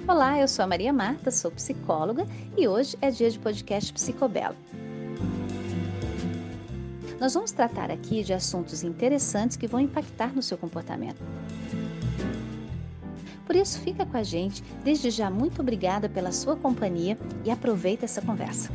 Olá, eu sou a Maria Marta, sou psicóloga e hoje é dia de podcast Psicobelo. Nós vamos tratar aqui de assuntos interessantes que vão impactar no seu comportamento. Por isso, fica com a gente. Desde já, muito obrigada pela sua companhia e aproveita essa conversa.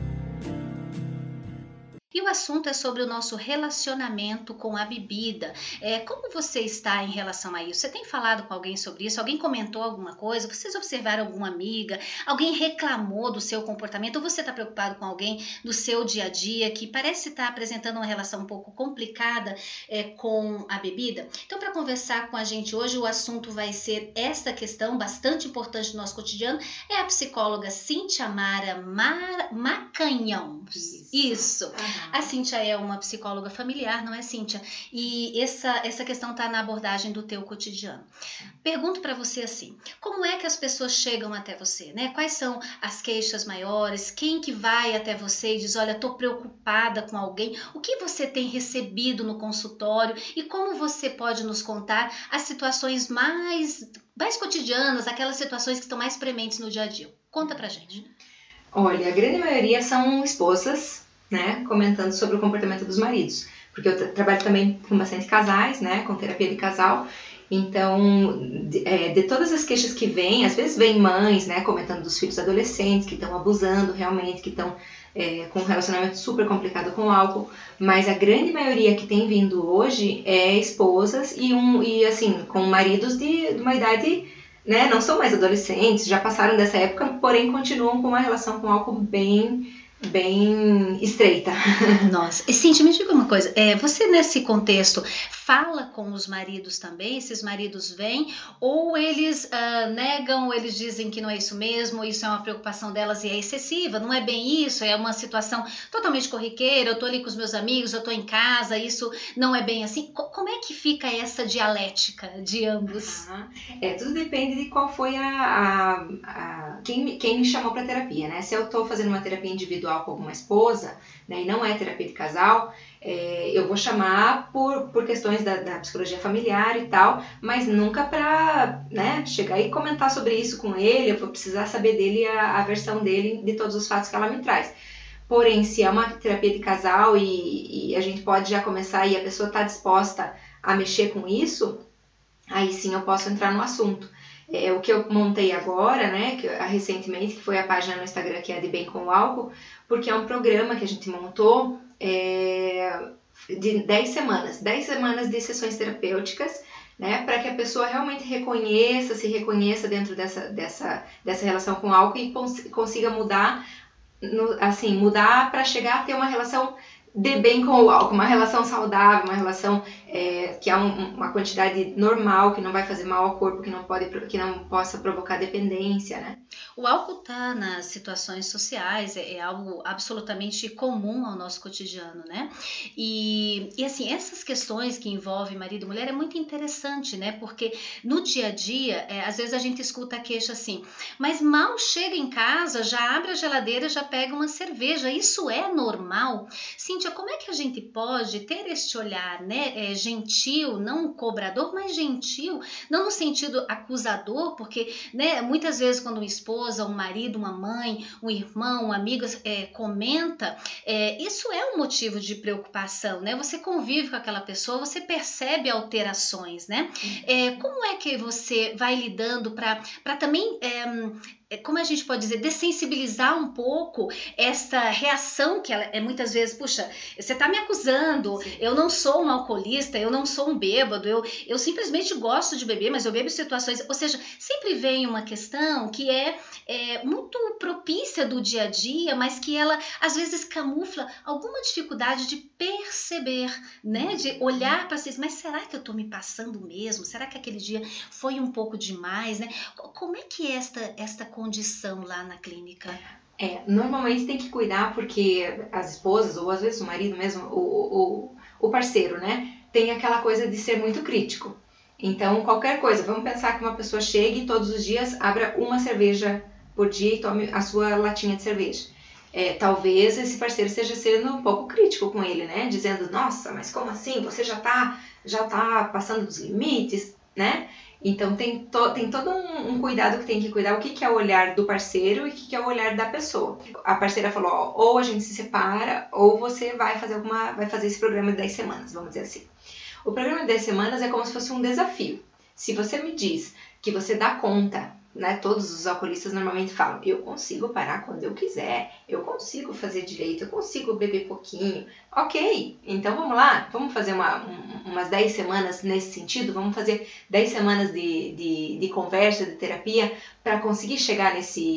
E o assunto é sobre o nosso relacionamento com a bebida. Como você está em relação a isso? Você tem falado com alguém sobre isso? Alguém comentou alguma coisa? Vocês observaram alguma amiga? Alguém reclamou do seu comportamento? Ou você está preocupado com alguém do seu dia a dia que parece estar apresentando uma relação um pouco complicada com a bebida? Então, para conversar com a gente hoje, o assunto vai ser esta questão bastante importante do nosso cotidiano. É a psicóloga Cíntia Mara Macanhão. Isso. A Cíntia é uma psicóloga familiar, não é, Cíntia? E essa questão está na abordagem do teu cotidiano. Pergunto para você assim, como é que as pessoas chegam até você, né? Quais são as queixas maiores? Quem que vai até você e diz, olha, estou preocupada com alguém? O que você tem recebido no consultório? E como você pode nos contar as situações mais cotidianas, aquelas situações que estão mais prementes no dia a dia? Conta pra gente. Olha, a grande maioria são esposas, né, comentando sobre o comportamento dos maridos, porque eu trabalho também com bastante casais, né, com terapia de casal, então, de todas as queixas que vêm, às vezes vem mães, né, comentando dos filhos adolescentes que estão abusando realmente, que estão com um relacionamento super complicado com o álcool, mas a grande maioria que tem vindo hoje é esposas e assim, com maridos de uma idade, né, não são mais adolescentes, já passaram dessa época, porém continuam com uma relação com o álcool bem estreita. Nossa, e Cíntia, me diga uma coisa, você nesse contexto fala com os maridos também? Esses maridos vêm ou eles negam, ou eles dizem que não é isso mesmo, isso é uma preocupação delas e é excessiva, não é bem isso, é uma situação totalmente corriqueira, eu tô ali com os meus amigos, eu tô em casa, isso não é bem assim? Como é que fica essa dialética de ambos? Tudo depende de qual foi quem me chamou para terapia, né? Se eu tô fazendo uma terapia individual com alguma esposa, né, e não é terapia de casal, eu vou chamar por questões da psicologia familiar e tal, mas nunca para, né, chegar e comentar sobre isso com ele. Eu vou precisar saber dele a versão dele de todos os fatos que ela me traz. Porém, se é uma terapia de casal e a gente pode já começar e a pessoa está disposta a mexer com isso, aí sim eu posso entrar no assunto. O que eu montei agora, né, recentemente, que foi a página no Instagram que é de Bem com o Álcool, porque é um programa que a gente montou de 10 semanas de sessões terapêuticas, né, para que a pessoa realmente se reconheça dentro dessa relação com o álcool e consiga mudar, mudar para chegar a ter uma relação de bem com o álcool, uma relação saudável, uma relação que é uma quantidade normal, que não vai fazer mal ao corpo, que não possa provocar dependência, né? O álcool está nas situações sociais, é algo absolutamente comum ao nosso cotidiano, né? E assim, essas questões que envolvem marido e mulher é muito interessante, né? Porque no dia a dia, às vezes a gente escuta a queixa assim, mas mal chega em casa, já abre a geladeira, já pega uma cerveja, isso é normal? Cíntia, como é que a gente pode ter este olhar, né, gentil, não cobrador, mas gentil, não no sentido acusador, porque, né, muitas vezes quando uma esposa, um marido, uma mãe, um irmão, um amigo comenta, isso é um motivo de preocupação, né? Você convive com aquela pessoa, você percebe alterações, né? Como é que você vai lidando para também como a gente pode dizer, dessensibilizar um pouco essa reação que ela muitas vezes, puxa, você está me acusando, sim, eu não sou um alcoolista, eu não sou um bêbado, eu simplesmente gosto de beber, mas eu bebo em situações, ou seja, sempre vem uma questão que é muito propícia do dia a dia, mas que ela às vezes camufla alguma dificuldade de perceber, né, de olhar para si, mas será que eu estou me passando mesmo? Será que aquele dia foi um pouco demais, né? Como é que é esta condição lá na clínica? Normalmente tem que cuidar porque as esposas, ou às vezes o marido mesmo, o parceiro, né, tem aquela coisa de ser muito crítico. Então, qualquer coisa, vamos pensar que uma pessoa chegue e todos os dias abra uma cerveja por dia e tome a sua latinha de cerveja. Talvez esse parceiro esteja sendo um pouco crítico com ele, né, dizendo, nossa, mas como assim? Você já tá passando dos limites, né? Então tem todo um cuidado que tem que cuidar, o que é o olhar do parceiro e o que é o olhar da pessoa. A parceira falou, ó, ou a gente se separa, ou você vai fazer esse programa de 10 semanas, vamos dizer assim. O programa de 10 semanas é como se fosse um desafio. Se você me diz que você dá conta, né, todos os alcoolistas normalmente falam, eu consigo parar quando eu quiser, eu consigo fazer direito, eu consigo beber pouquinho. Ok, então vamos lá, vamos fazer umas 10 semanas nesse sentido, vamos fazer 10 semanas de conversa, de terapia, para conseguir chegar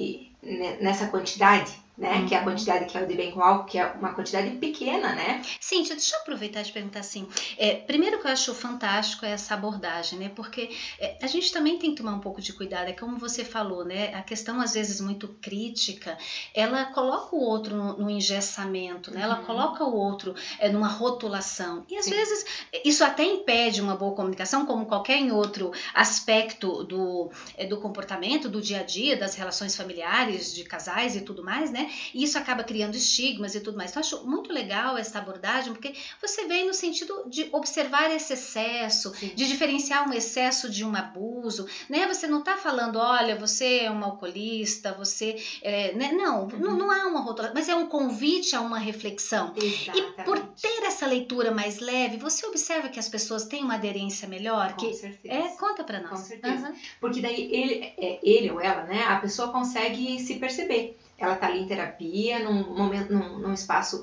nessa quantidade, né? Que é a quantidade que é o de bem com álcool, que é uma quantidade pequena, né? Cíntia, deixa eu aproveitar e te perguntar assim, primeiro que eu acho fantástico é essa abordagem, né? Porque a gente também tem que tomar um pouco de cuidado, é como você falou, né? A questão às vezes muito crítica, ela coloca o outro no engessamento, né? Ela coloca o outro numa rotulação, e às vezes isso até impede uma boa comunicação, como qualquer outro aspecto do comportamento, do dia a dia, das relações familiares, de casais e tudo mais, né? E isso acaba criando estigmas e tudo mais. Então, eu acho muito legal essa abordagem, porque você vem no sentido de observar esse excesso, de diferenciar um excesso de um abuso, né? Você não está falando, olha, você é um alcoolista, você... né? Não há uma rotulação, mas é um convite a uma reflexão. Exatamente. E por ter essa leitura mais leve, você observa que as pessoas têm uma aderência melhor? Com certeza. Conta pra nós. Com certeza. Porque daí ele ou ela, né? A pessoa consegue se perceber. Ela tá ali em terapia, num espaço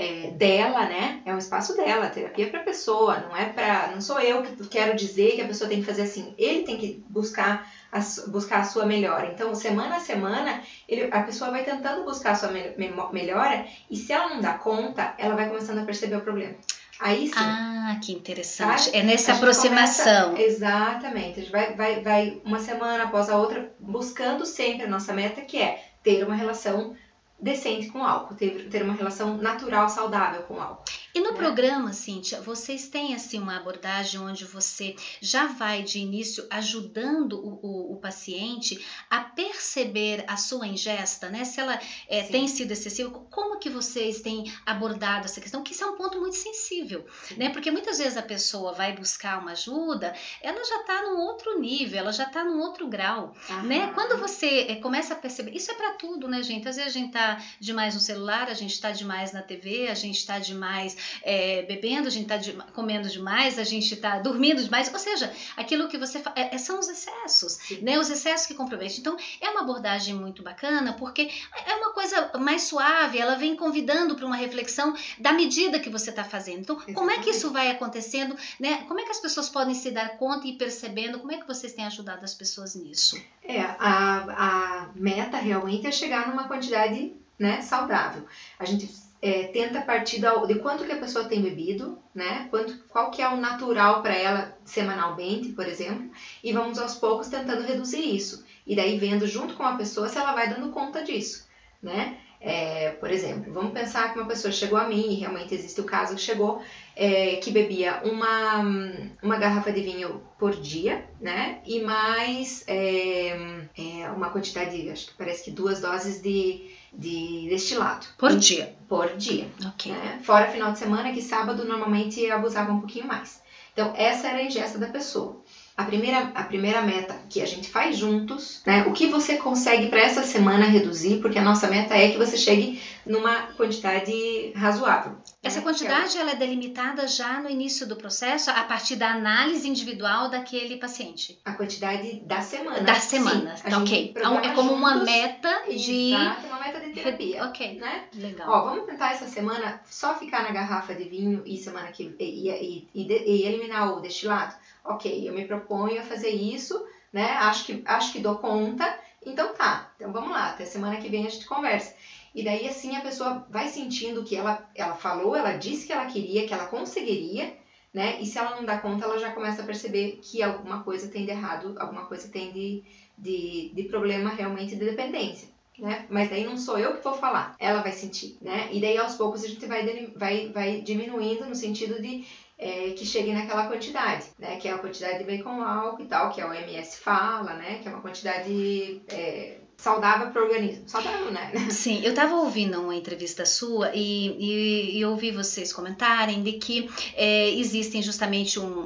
dela, né? É um espaço dela, terapia é pra pessoa, não sou eu que quero dizer que a pessoa tem que fazer assim. Ele tem que buscar a sua melhora. Então, semana a semana, a pessoa vai tentando buscar a sua melhora, e se ela não dá conta, ela vai começando a perceber o problema. Aí sim. Ah, que interessante. Sabe? É nessa aproximação. Exatamente. A gente vai uma semana após a outra, buscando sempre a nossa meta, que é ter uma relação decente com o álcool, ter uma relação natural, saudável com o álcool. E no programa, Cíntia, vocês têm assim uma abordagem onde você já vai de início ajudando o paciente a perceber a sua ingesta, né? Se ela tem sido excessiva, como que vocês têm abordado essa questão? Que isso é um ponto muito sensível, né? Porque muitas vezes a pessoa vai buscar uma ajuda, ela já está num outro nível, ela já está num outro grau, né? Quando você começa a perceber, isso é para tudo, né, gente? Às vezes a gente está demais no celular, a gente está demais na TV, a gente está demais bebendo, a gente está comendo demais, a gente está dormindo demais, ou seja, aquilo que você fala, são os excessos, né? Os excessos que comprometem. Então, é uma abordagem muito bacana, porque é uma coisa mais suave, ela vem convidando para uma reflexão da medida que você está fazendo. Então, como é que isso vai acontecendo, né? Como é que as pessoas podem se dar conta e ir percebendo, como é que vocês têm ajudado as pessoas nisso? A meta realmente é chegar numa quantidade, né, saudável. A gente tenta partir de quanto que a pessoa tem bebido, né? Qual que é o natural para ela semanalmente, por exemplo, e vamos aos poucos tentando reduzir isso. E daí vendo junto com a pessoa se ela vai dando conta disso, né? Por exemplo, vamos pensar que uma pessoa chegou a mim, e realmente existe o caso que chegou, que bebia uma garrafa de vinho por dia, né? E mais uma quantidade, acho que parece que 2 doses de destilado. Por dia? Por dia. Ok. Né? Fora final de semana, que sábado normalmente abusava um pouquinho mais. Então, essa era a ingesta da pessoa. A primeira meta que a gente faz juntos, né? O que você consegue para essa semana reduzir, porque a nossa meta é que você chegue numa quantidade razoável. Essa quantidade ela é delimitada já no início do processo, a partir da análise individual daquele paciente? A quantidade da semana. Da semana, sim, ok. É como juntos, uma meta de... Exato, uma meta de terapia. Ok, né? Legal. Vamos tentar essa semana só ficar na garrafa de vinho e semana que e eliminar o destilado? Ok, eu me proponho a fazer isso, né? Acho que dou conta, então tá. Então vamos lá, até semana que vem a gente conversa. E daí assim a pessoa vai sentindo que ela falou, ela disse que ela queria, que ela conseguiria, né? E se ela não dá conta, ela já começa a perceber que alguma coisa tem de errado, alguma coisa tem de problema realmente de dependência, né? Mas daí não sou eu que vou falar, ela vai sentir, né? E daí aos poucos a gente vai diminuindo no sentido de que chegue naquela quantidade, né? Que é a quantidade de bacon álcool e tal, que a OMS fala, né? Que é uma quantidade saudável para o organismo. Saudável, né? Sim, eu estava ouvindo uma entrevista sua e ouvi vocês comentarem de que existem justamente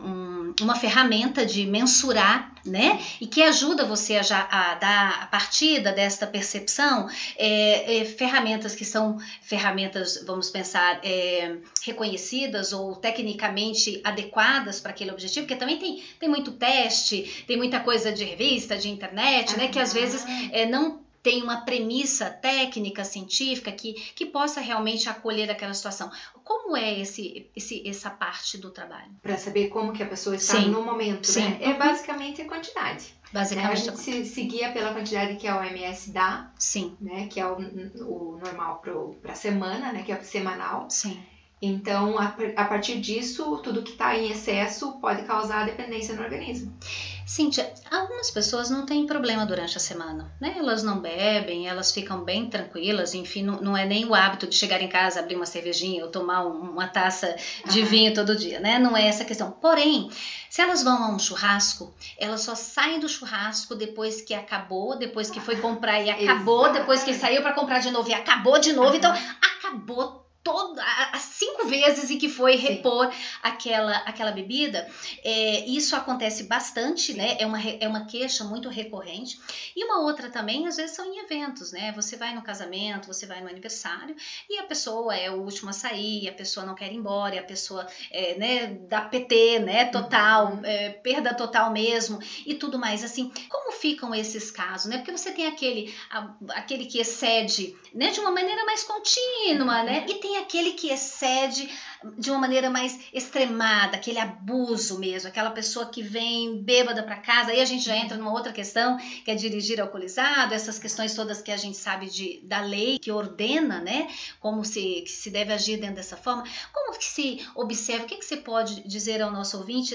uma ferramenta de mensurar, né? E que ajuda você a dar, a partir desta percepção, ferramentas que são ferramentas, vamos pensar, reconhecidas ou tecnicamente adequadas para aquele objetivo, porque também tem muito teste, tem muita coisa de revista, de internet, né? Que às vezes não tem uma premissa técnica, científica que possa realmente acolher aquela situação. Como é essa parte do trabalho? Para saber como que a pessoa está no momento, né? É basicamente a quantidade. Basicamente, né? A gente se guia pela quantidade que a OMS dá, sim, né? Que é o normal para a semana, né? Que é o semanal. Sim. Então, a partir disso, tudo que está em excesso pode causar dependência no organismo. Cíntia, algumas pessoas não têm problema durante a semana, né? Elas não bebem, elas ficam bem tranquilas, enfim, não é nem o hábito de chegar em casa, abrir uma cervejinha ou tomar uma taça de vinho todo dia, né? Não é essa a questão. Porém, se elas vão a um churrasco, elas só saem do churrasco depois que acabou, depois que foi comprar e acabou, depois que saiu para comprar de novo e acabou de novo, então acabou as 5 vezes em que foi repor aquela bebida. Isso acontece bastante, né? É uma queixa muito recorrente. E uma outra também, às vezes, são em eventos, né? Você vai no casamento, você vai no aniversário e a pessoa é o último a sair, a pessoa não quer ir embora, a pessoa né, dá PT, né? Total, perda total mesmo e tudo mais. Assim, como ficam esses casos, né? Porque você tem aquele que excede, né, de uma maneira mais contínua, né? E tem aquele que excede de uma maneira mais extremada, aquele abuso mesmo, aquela pessoa que vem bêbada para casa. Aí a gente já entra numa outra questão, que é dirigir alcoolizado, essas questões todas que a gente sabe da lei que ordena, né, como se deve agir dentro dessa forma. Como que se observa, o que você pode dizer ao nosso ouvinte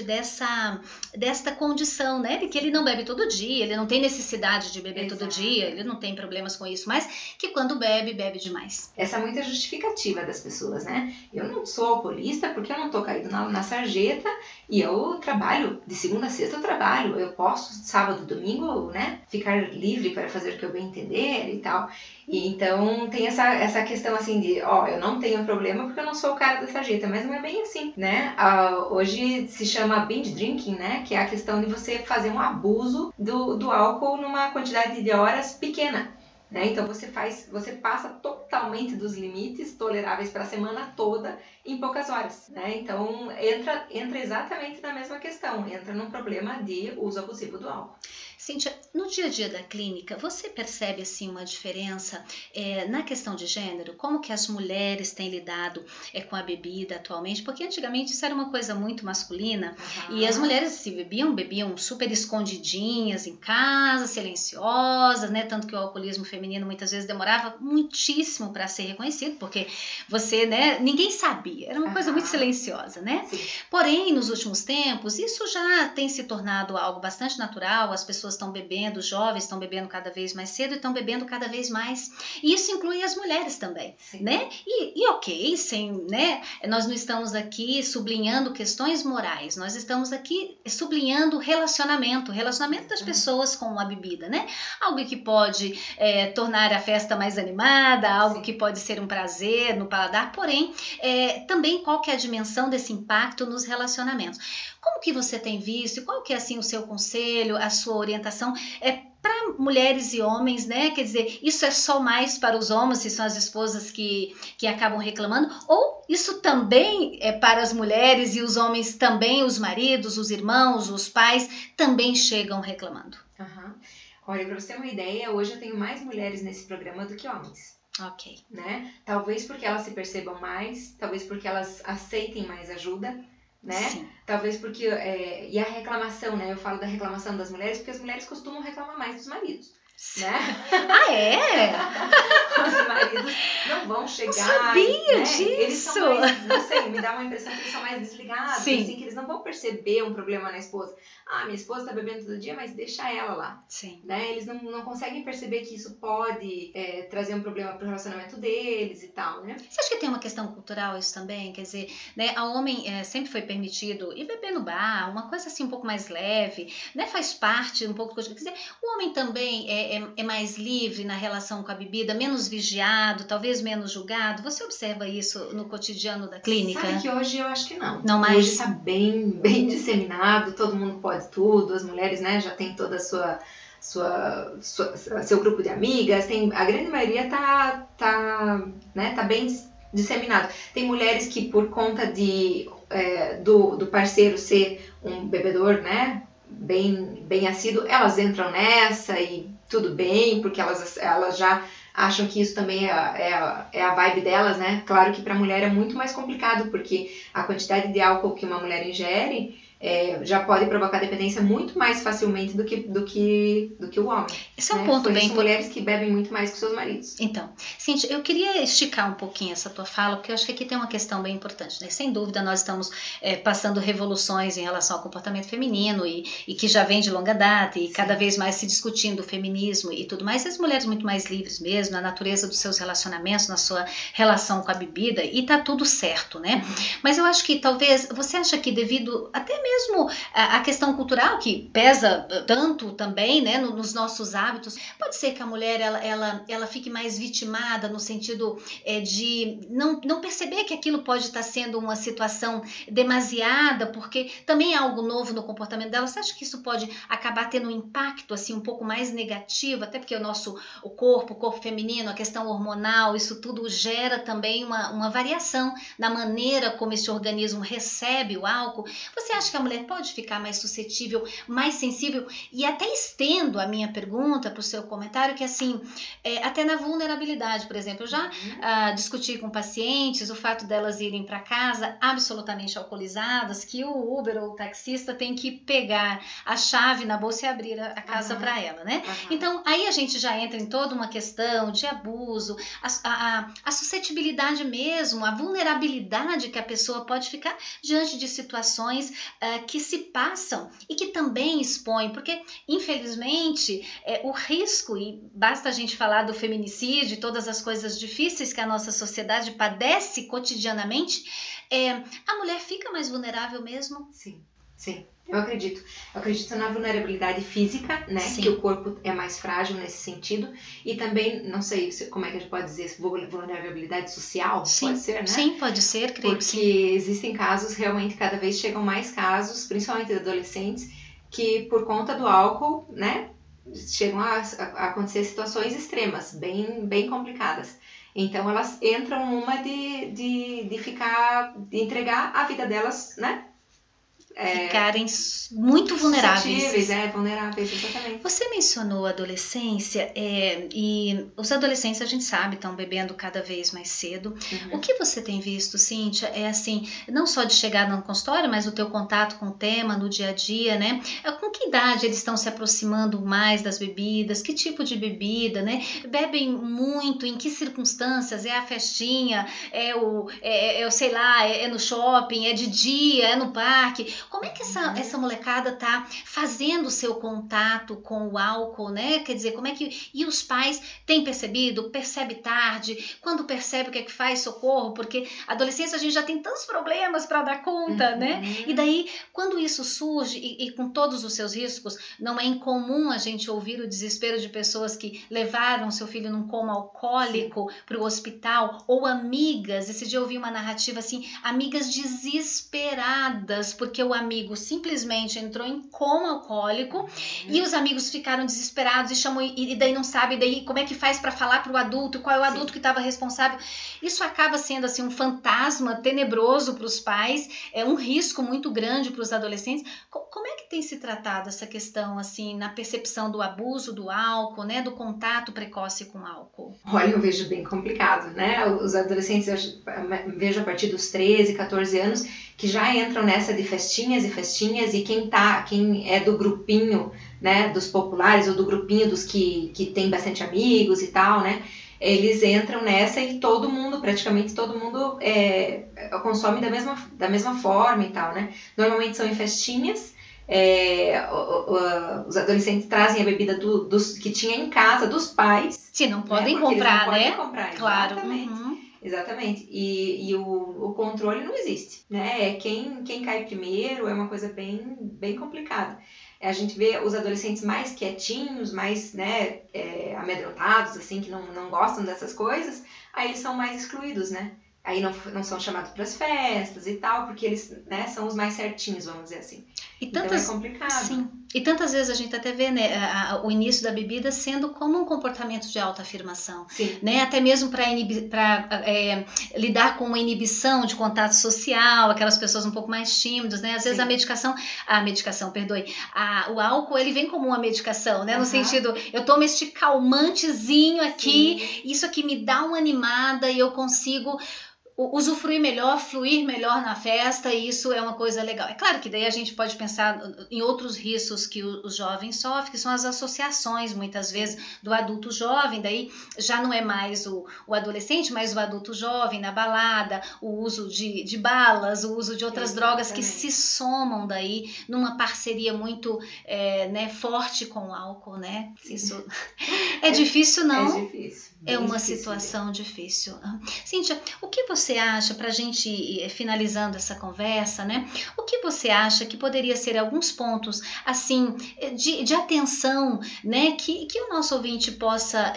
desta condição, né, de que ele não bebe todo dia, ele não tem necessidade de beber todo dia, ele não tem problemas com isso, mas que quando bebe demais. Essa é muita justificativa das pessoas, né? Eu não sou alcoolista porque eu não tô caído na sarjeta e eu trabalho, de segunda a sexta eu trabalho, eu posso sábado, domingo, né, ficar livre para fazer o que eu bem entender e tal. E então tem essa questão assim de, eu não tenho problema porque eu não sou o cara da sarjeta, mas não é bem assim, né? Hoje se chama binge drinking, né, que é a questão de você fazer um abuso do álcool numa quantidade de horas pequena. Né? Então você passa totalmente dos limites toleráveis para a semana toda em poucas horas, né? Então entra exatamente na mesma questão, entra num problema de uso abusivo do álcool. Cíntia, no dia a dia da clínica, você percebe assim uma diferença na questão de gênero? Como que as mulheres têm lidado com a bebida atualmente? Porque antigamente isso era uma coisa muito masculina e as mulheres se bebiam super escondidinhas em casa, silenciosas, né? Tanto que o alcoolismo feminino muitas vezes demorava muitíssimo para ser reconhecido, porque você, né? Ninguém sabia, era uma coisa muito silenciosa, né? Sim. Porém, nos últimos tempos, isso já tem se tornado algo bastante natural, as pessoas estão bebendo, os jovens estão bebendo cada vez mais cedo e estão bebendo cada vez mais. E isso inclui as mulheres também, né? E ok, né? Nós não estamos aqui sublinhando questões morais, nós estamos aqui sublinhando relacionamento das pessoas com a bebida, né? Algo que pode tornar a festa mais animada, algo que pode ser um prazer no paladar, porém, também qual que é a dimensão desse impacto nos relacionamentos. Como que você tem visto e qual que é assim o seu conselho, a sua orientação para mulheres e homens, né? Quer dizer, isso é só mais para os homens, se são as esposas que acabam reclamando, ou isso também é para as mulheres e os homens também, os maridos, os irmãos, os pais, também chegam reclamando? Olha, para você ter uma ideia, hoje eu tenho mais mulheres nesse programa do que homens. Ok. Né? Talvez porque elas se percebam mais, talvez porque elas aceitem mais ajuda, né? Sim. Talvez porque... e a reclamação, né? Eu falo da reclamação das mulheres porque as mulheres costumam reclamar mais dos maridos, né? Os maridos não vão chegar... Eu sabia disso! Eles são mais, não sei, me dá uma impressão que eles são mais desligados, assim, que eles não vão perceber um problema na esposa. Minha esposa tá bebendo todo dia, mas deixa ela lá. Sim. Né? Eles não conseguem perceber que isso pode trazer um problema pro relacionamento deles e tal, né? Você acha que tem uma questão cultural isso também? Quer dizer, né, ao homem sempre foi permitido ir beber no bar, uma coisa assim um pouco mais leve, né? Faz parte um pouco... Quer dizer, o homem também é mais livre na relação com a bebida, menos vigiado, talvez menos julgado? Você observa isso no cotidiano da clínica? Sabe que hoje eu acho que não. Não mais? Hoje está bem disseminado, todo mundo pode tudo, as mulheres, né, já tem toda a seu grupo de amigas, a grande maioria tá bem disseminado. Tem mulheres que por conta do parceiro ser um bebedor, né, bem assíduo, elas entram nessa e tudo bem, porque elas já acham que isso também é a vibe delas, né? Claro que para a mulher é muito mais complicado, porque a quantidade de álcool que uma mulher ingere já pode provocar dependência muito mais facilmente do que o homem. Esse é um ponto bem importante. Mulheres que bebem muito mais que seus maridos. Então, Cíntia, eu queria esticar um pouquinho essa tua fala, porque eu acho que aqui tem uma questão bem importante, né? Sem dúvida, nós estamos passando revoluções em relação ao comportamento feminino e que já vem de longa data e cada vez mais se discutindo o feminismo e tudo mais, e as mulheres muito mais livres mesmo, na natureza dos seus relacionamentos, na sua relação com a bebida, e tá tudo certo, né? Mas eu acho que talvez, você acha que devido até mesmo a questão cultural, que pesa tanto também, né, nos nossos hábitos, pode ser que a mulher ela fique mais vitimada no sentido de não perceber que aquilo pode estar sendo uma situação demasiada, porque também é algo novo no comportamento dela. Você acha que isso pode acabar tendo um impacto assim um pouco mais negativo, até porque o corpo feminino, a questão hormonal, isso tudo gera também uma variação na maneira como esse organismo recebe o álcool? Você acha que a mulher pode ficar mais suscetível, mais sensível? E até estendo a minha pergunta para o seu comentário, que assim, até na vulnerabilidade, por exemplo, eu já discuti com pacientes o fato delas irem para casa absolutamente alcoolizadas, que o Uber ou o taxista tem que pegar a chave na bolsa e abrir a casa para ela, né? Então, aí a gente já entra em toda uma questão de abuso, a suscetibilidade mesmo, a vulnerabilidade que a pessoa pode ficar diante de situações que se passam e que também expõem, porque infelizmente o risco, e basta a gente falar do feminicídio e todas as coisas difíceis que a nossa sociedade padece cotidianamente, a mulher fica mais vulnerável mesmo? Sim, eu acredito na vulnerabilidade física, né? Sim. Que o corpo é mais frágil nesse sentido, e também, não sei como é que a gente pode dizer, vulnerabilidade social, sim, pode ser, né? Sim, pode ser, creio que sim. Porque existem casos, realmente cada vez chegam mais casos, principalmente de adolescentes, que por conta do álcool, né, chegam a acontecer situações extremas, bem complicadas. Então elas entram numa de entregar a vida delas, né? Ficarem muito vulneráveis. Vulneráveis, exatamente. Você mencionou a adolescência, e os adolescentes, a gente sabe, estão bebendo cada vez mais cedo. O que você tem visto, Cíntia, assim, não só de chegar no consultório, mas o teu contato com o tema no dia a dia, né? Com que idade eles estão se aproximando mais das bebidas? Que tipo de bebida, né? Bebem muito? Em que circunstâncias? É a festinha? Sei lá, é no shopping? É de dia? É no parque? Como é que essa molecada tá fazendo o seu contato com o álcool, né? Quer dizer, como é que... E os pais têm percebido? Percebe tarde? Quando percebe, o que é que faz? Socorro, porque a adolescência a gente já tem tantos problemas para dar conta, né? E daí, quando isso surge, e com todos os seus riscos, não é incomum a gente ouvir o desespero de pessoas que levaram seu filho num coma alcoólico para o hospital, ou amigas. Esse dia eu ouvi uma narrativa assim, amigas desesperadas, porque o amigo simplesmente entrou em coma alcoólico e os amigos ficaram desesperados e chamam, e daí não sabe daí como é que faz para falar para o adulto, qual é o adulto que estava responsável. Isso acaba sendo assim um fantasma tenebroso para os pais, é um risco muito grande para os adolescentes. Como é que tem se tratado essa questão assim na percepção do abuso do álcool, né, do contato precoce com álcool? Olha, eu vejo bem complicado, né? Os adolescentes, eu vejo a partir dos 13, 14 anos que já entram nessa de festinhas, e quem é do grupinho, né, dos populares, ou do grupinho dos que tem bastante amigos e tal, né, eles entram nessa e praticamente todo mundo consome da mesma forma e tal, né. Normalmente são em festinhas, os adolescentes trazem a bebida dos que tinha em casa, dos pais. Sim, não podem comprar, né? Podem comprar, claro. Exatamente. Exatamente, e o controle não existe, né? Quem cai primeiro é uma coisa bem complicada. A gente vê os adolescentes mais quietinhos, mais, né, amedrontados, assim, que não gostam dessas coisas, aí eles são mais excluídos, né? Aí não são chamados para as festas e tal, porque eles, né, são os mais certinhos, vamos dizer assim. Então é complicado. Sim. E tantas vezes a gente até vê, né, o início da bebida sendo como um comportamento de autoafirmação, né? Até mesmo para lidar com uma inibição de contato social, aquelas pessoas um pouco mais tímidas, né? Às vezes o álcool, ele vem como uma medicação, né? No sentido, eu tomo este calmantezinho aqui, isso aqui me dá uma animada e eu consigo usufruir melhor, fluir melhor na festa, e isso é uma coisa legal. É claro que daí a gente pode pensar em outros riscos que os jovens sofrem, que são as associações, muitas vezes, do adulto jovem, daí já não é mais o adolescente, mas o adulto jovem na balada, o uso de balas, o uso de outras drogas que se somam daí numa parceria muito né, forte com o álcool, né? Isso é difícil, não? É difícil. É uma situação difícil. Cíntia, o que você acha, para a gente ir finalizando essa conversa, né? O que você acha que poderia ser alguns pontos, assim, de atenção, né? Que o nosso ouvinte possa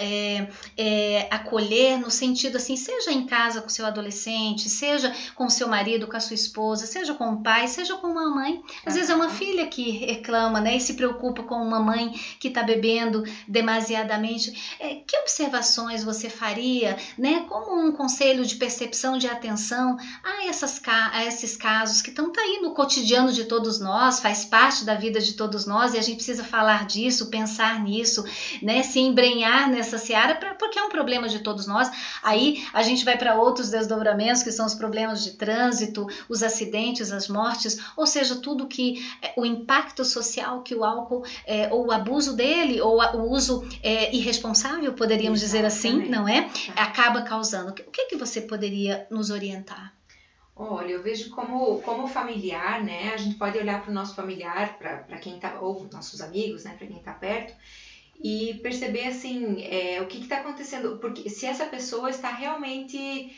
acolher no sentido, assim, seja em casa com seu adolescente, seja com seu marido, com a sua esposa, seja com o pai, seja com uma mãe. Às vezes é uma filha que reclama, né? E se preocupa com uma mãe que está bebendo demasiadamente. Que observações você faria, né, como um conselho de percepção, de atenção a esses casos que estão aí no cotidiano de todos nós, faz parte da vida de todos nós e a gente precisa falar disso, pensar nisso, né, se embrenhar nessa seara, porque é um problema de todos nós. Aí a gente vai para outros desdobramentos, que são os problemas de trânsito, os acidentes, as mortes, ou seja, tudo que o impacto social que o álcool, ou o abuso dele, ou o uso irresponsável, poderíamos dizer assim, não é? Acaba causando. O que você poderia nos orientar? Olha, eu vejo como familiar, né? A gente pode olhar para o nosso familiar, para quem tá, ou nossos amigos, né? Para quem está perto, e perceber assim, o que está acontecendo, porque se essa pessoa está realmente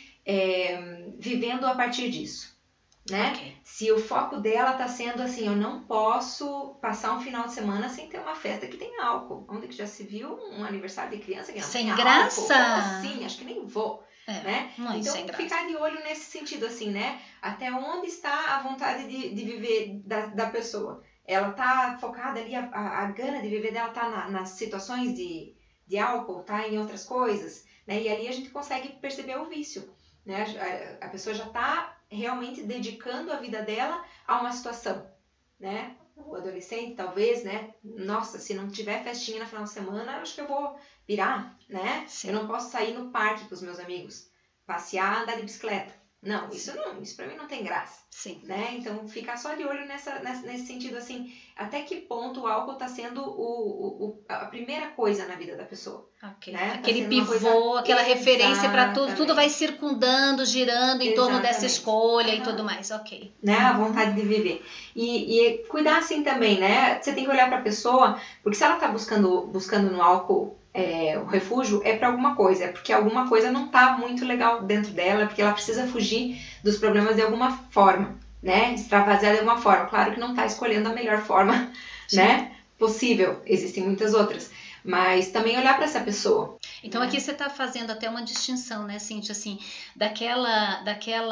vivendo a partir disso, né? Okay. Se o foco dela está sendo assim, eu não posso passar um final de semana sem ter uma festa que tem álcool. Onde que já se viu um aniversário de criança que não sem tem graça? Álcool? Como assim? Acho que nem vou. Né? Muito então, sem graça. Ficar de olho nesse sentido, assim, né? Até onde está a vontade de viver da pessoa? Ela está focada ali, a gana de viver dela está nas situações de álcool, tá em outras coisas, né? E ali a gente consegue perceber o vício, né? A pessoa já está realmente dedicando a vida dela a uma situação, né? O adolescente, talvez, né? Nossa, se não tiver festinha no final de semana, acho que eu vou pirar, né? Sim. Eu não posso sair no parque com os meus amigos, passear, andar de bicicleta. Não, isso pra mim não tem graça. Sim. Né? Então, ficar só de olho nesse sentido, assim, até que ponto o álcool está sendo a primeira coisa na vida da pessoa. Okay. Né? Aquele pivô, aquela referência para tudo vai circundando, girando em torno dessa escolha e tudo mais, ok. Né? A vontade de viver. E cuidar assim também, né? Você tem que olhar para a pessoa, porque se ela está buscando no álcool o refúgio, é para alguma coisa, é porque alguma coisa não está muito legal dentro dela, porque ela precisa fugir dos problemas de alguma forma, né? Extravasar de alguma forma. Claro que não está escolhendo a melhor forma, né? Possível, existem muitas outras. Mas também olhar para essa pessoa. Então aqui você está fazendo até uma distinção, né, Cíntia, assim, daquela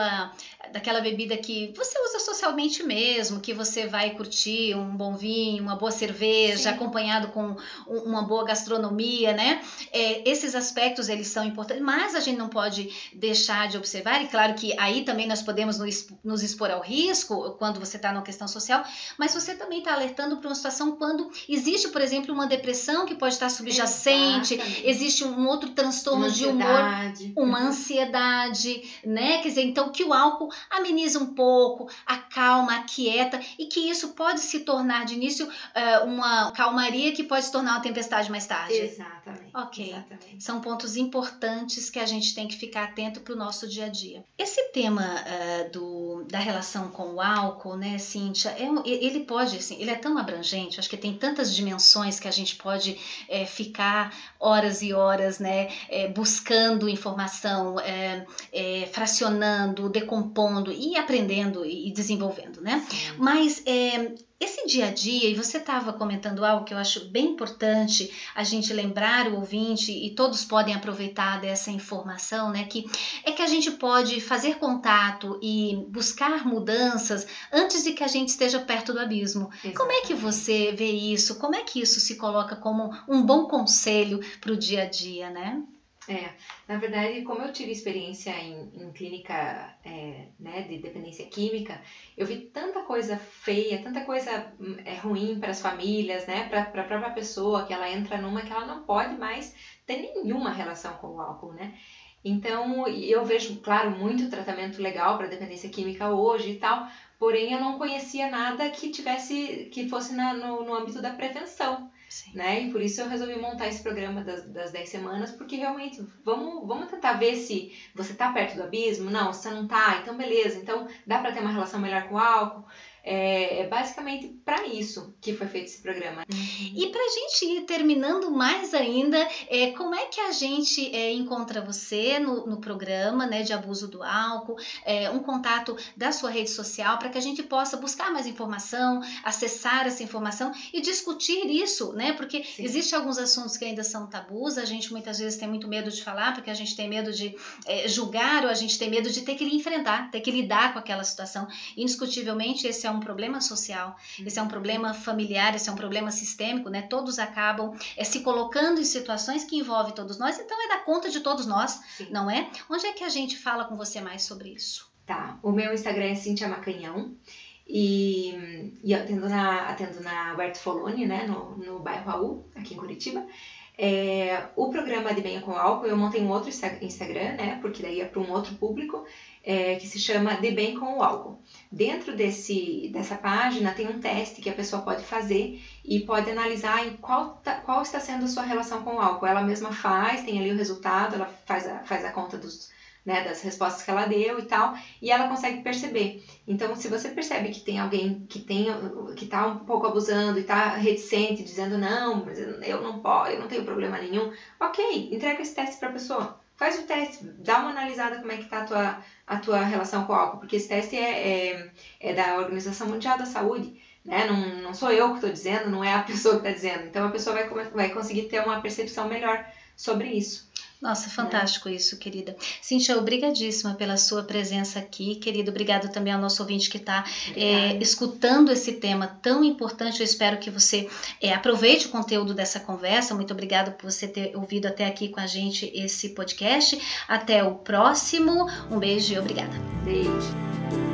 bebida que você usa socialmente mesmo, que você vai curtir um bom vinho, uma boa cerveja, sim, acompanhado com uma boa gastronomia, né? Esses aspectos, eles são importantes, mas a gente não pode deixar de observar, e claro que aí também nós podemos nos expor ao risco, quando você está numa questão social, mas você também está alertando para uma situação quando existe, por exemplo, uma depressão que pode estar subjacente, exatamente, existe um outro transtorno de humor, uma ansiedade, né? Quer dizer, então que o álcool ameniza um pouco, acalma, aquieta, e que isso pode se tornar de início uma calmaria que pode se tornar uma tempestade mais tarde. Exatamente. Ok. Exatamente. São pontos importantes que a gente tem que ficar atento para o nosso dia a dia. Esse tema da relação com o álcool, né, Cíntia, ele pode, assim, ele é tão abrangente, acho que tem tantas dimensões que a gente pode ficar horas e horas, né, buscando informação, fracionando, decompondo e aprendendo e desenvolvendo, né? Sim. Mas esse dia a dia, e você estava comentando algo que eu acho bem importante a gente lembrar o ouvinte, e todos podem aproveitar dessa informação, né? Que é que a gente pode fazer contato e buscar mudanças antes de que a gente esteja perto do abismo. Exatamente. Como é que você vê isso? Como é que isso se coloca como um bom conselho para o dia a dia, né? Na verdade, como eu tive experiência em clínica né, de dependência química, eu vi tanta coisa feia, tanta coisa ruim para as famílias, né, para a própria pessoa, que ela entra numa que ela não pode mais ter nenhuma relação com o álcool, né? Então, eu vejo, claro, muito tratamento legal para dependência química hoje e tal, porém eu não conhecia nada que fosse no âmbito da prevenção. Né? E por isso eu resolvi montar esse programa das 10 semanas, porque realmente vamos tentar ver se você está perto do abismo. Não, você não está, então beleza, então dá para ter uma relação melhor com o álcool. É basicamente para isso que foi feito esse programa. E para a gente ir terminando mais ainda, como é que a gente encontra você no programa, né, de abuso do álcool, um contato da sua rede social, para que a gente possa buscar mais informação, acessar essa informação e discutir isso, né? Porque existem alguns assuntos que ainda são tabus, a gente muitas vezes tem muito medo de falar, porque a gente tem medo de julgar, ou a gente tem medo de ter que enfrentar, ter que lidar com aquela situação. Indiscutivelmente, esse é um problema social, esse é um problema familiar, esse é um problema sistêmico, né? Todos acabam se colocando em situações que envolvem todos nós, então é da conta de todos nós, não é? Onde é que a gente fala com você mais sobre isso? Tá, o meu Instagram é Cíntia Macanhão, e eu atendo na Huerto Foloni, né, no bairro Raul, aqui em Curitiba. O programa de Bem com Álcool, eu montei um outro Instagram, né, porque daí é para um outro público, que se chama De Bem com o Álcool. Dentro dessa página tem um teste que a pessoa pode fazer e pode analisar em qual está sendo a sua relação com o álcool. Ela mesma faz, tem ali o resultado, ela faz a conta das respostas que ela deu e tal, e ela consegue perceber. Então, se você percebe que tem alguém que está um pouco abusando e está reticente, dizendo não, mas eu não tenho problema nenhum, ok, entrega esse teste para a pessoa. Faz o teste, dá uma analisada como é que está a tua relação com o álcool, porque esse teste é da Organização Mundial da Saúde, né? Não sou eu que estou dizendo, não é a pessoa que está dizendo. Então a pessoa vai conseguir ter uma percepção melhor sobre isso. Nossa, fantástico isso, querida. Cíntia, obrigadíssima pela sua presença aqui, querido. Obrigado também ao nosso ouvinte que está escutando esse tema tão importante. Eu espero que você aproveite o conteúdo dessa conversa. Muito obrigada por você ter ouvido até aqui com a gente esse podcast. Até o próximo. Um beijo e obrigada. Beijo.